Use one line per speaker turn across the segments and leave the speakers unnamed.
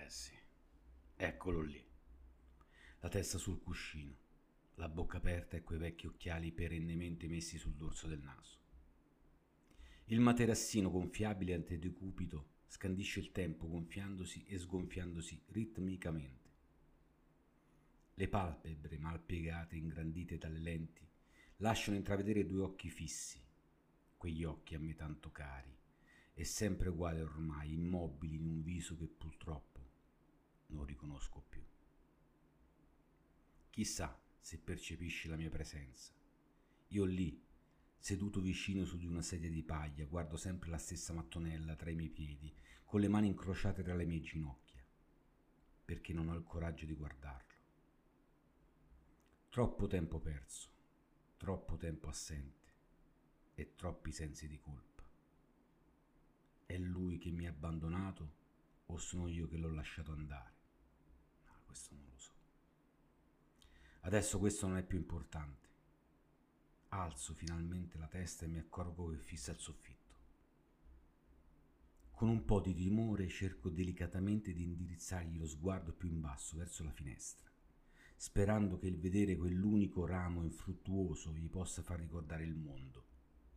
Sì, eccolo lì, la testa sul cuscino, la bocca aperta e quei vecchi occhiali perennemente messi sul dorso del naso. Il materassino gonfiabile antidecupito scandisce il tempo gonfiandosi e sgonfiandosi ritmicamente. Le palpebre mal piegate, ingrandite dalle lenti, lasciano intravedere due occhi fissi, quegli occhi a me tanto cari, e sempre uguali ormai, immobili in un viso che purtroppo non riconosco più. Chissà se percepisce la mia presenza. Io lì, seduto vicino su di una sedia di paglia, guardo sempre la stessa mattonella tra i miei piedi, con le mani incrociate tra le mie ginocchia, perché non ho il coraggio di guardarlo. Troppo tempo perso, troppo tempo assente e troppi sensi di colpa. È lui che mi ha abbandonato o sono io che l'ho lasciato andare? No, questo non lo so. Adesso questo non è più importante. Alzo finalmente la testa e mi accorgo che fissa il soffitto. Con un po' di timore cerco delicatamente di indirizzargli lo sguardo più in basso verso la finestra, sperando che il vedere quell'unico ramo infruttuoso gli possa far ricordare il mondo.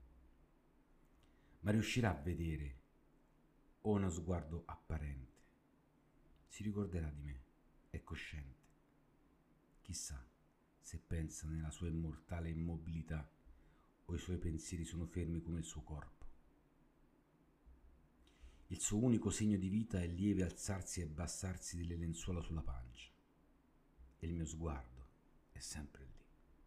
Ma riuscirà a vedere o uno sguardo apparente? Si ricorderà di me, è cosciente. Chissà se pensa nella sua immortale immobilità o i suoi pensieri sono fermi come il suo corpo. Il suo unico segno di vita è il lieve alzarsi e abbassarsi delle lenzuola sulla pancia. E il mio sguardo è sempre lì.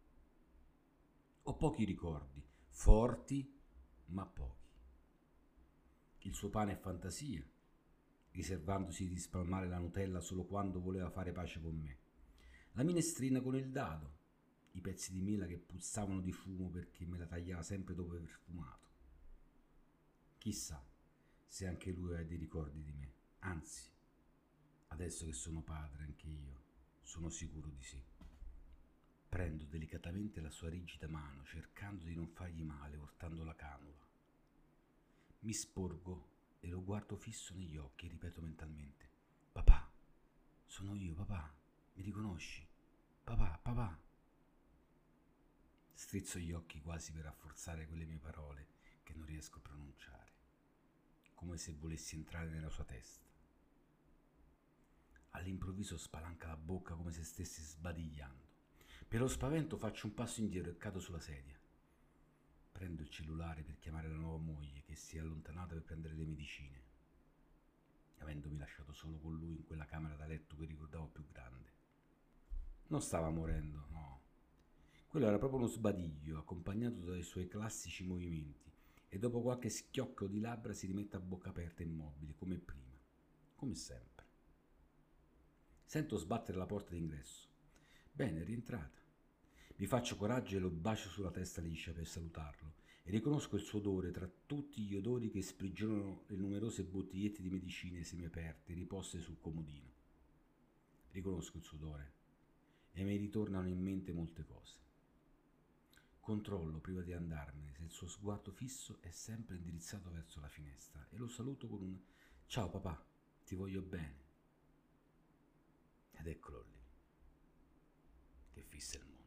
Ho pochi ricordi, forti ma pochi. Il suo pane è fantasia, riservandosi di spalmare la Nutella solo quando voleva fare pace con me. La minestrina con il dado, i pezzi di mela che puzzavano di fumo perché me la tagliava sempre dopo aver fumato. Chissà se anche lui ha dei ricordi di me. Anzi, adesso che sono padre anche io, sono sicuro di sì. Prendo delicatamente la sua rigida mano, cercando di non fargli male, portando la canula. Mi sporgo e lo guardo fisso negli occhi e ripeto mentalmente: papà, sono io, papà, mi riconosci? Papà, papà. Strizzo gli occhi quasi per rafforzare quelle mie parole che non riesco a pronunciare, come se volessi entrare nella sua testa. All'improvviso spalanca la bocca come se stesse sbadigliando. Per lo spavento faccio un passo indietro e cado sulla sedia. Prendo il cellulare per chiamare la nuova moglie che si è allontanata per prendere le medicine, avendomi lasciato solo con lui in quella camera da letto che ricordavo più grande. Non stava morendo, no. Quello era proprio uno sbadiglio, accompagnato dai suoi classici movimenti, e dopo qualche schiocco di labbra si rimette a bocca aperta immobile, come prima, come sempre. Sento sbattere la porta d'ingresso. Bene, è rientrata. Mi faccio coraggio e lo bacio sulla testa liscia per salutarlo e riconosco il suo odore tra tutti gli odori che sprigionano le numerose bottigliette di medicine semiaperte riposte sul comodino. Riconosco il suo odore e mi ritornano in mente molte cose. Controllo prima di andarmene se il suo sguardo fisso è sempre indirizzato verso la finestra e lo saluto con un ciao papà, ti voglio bene. Ed eccolo lì, che fissa il mondo.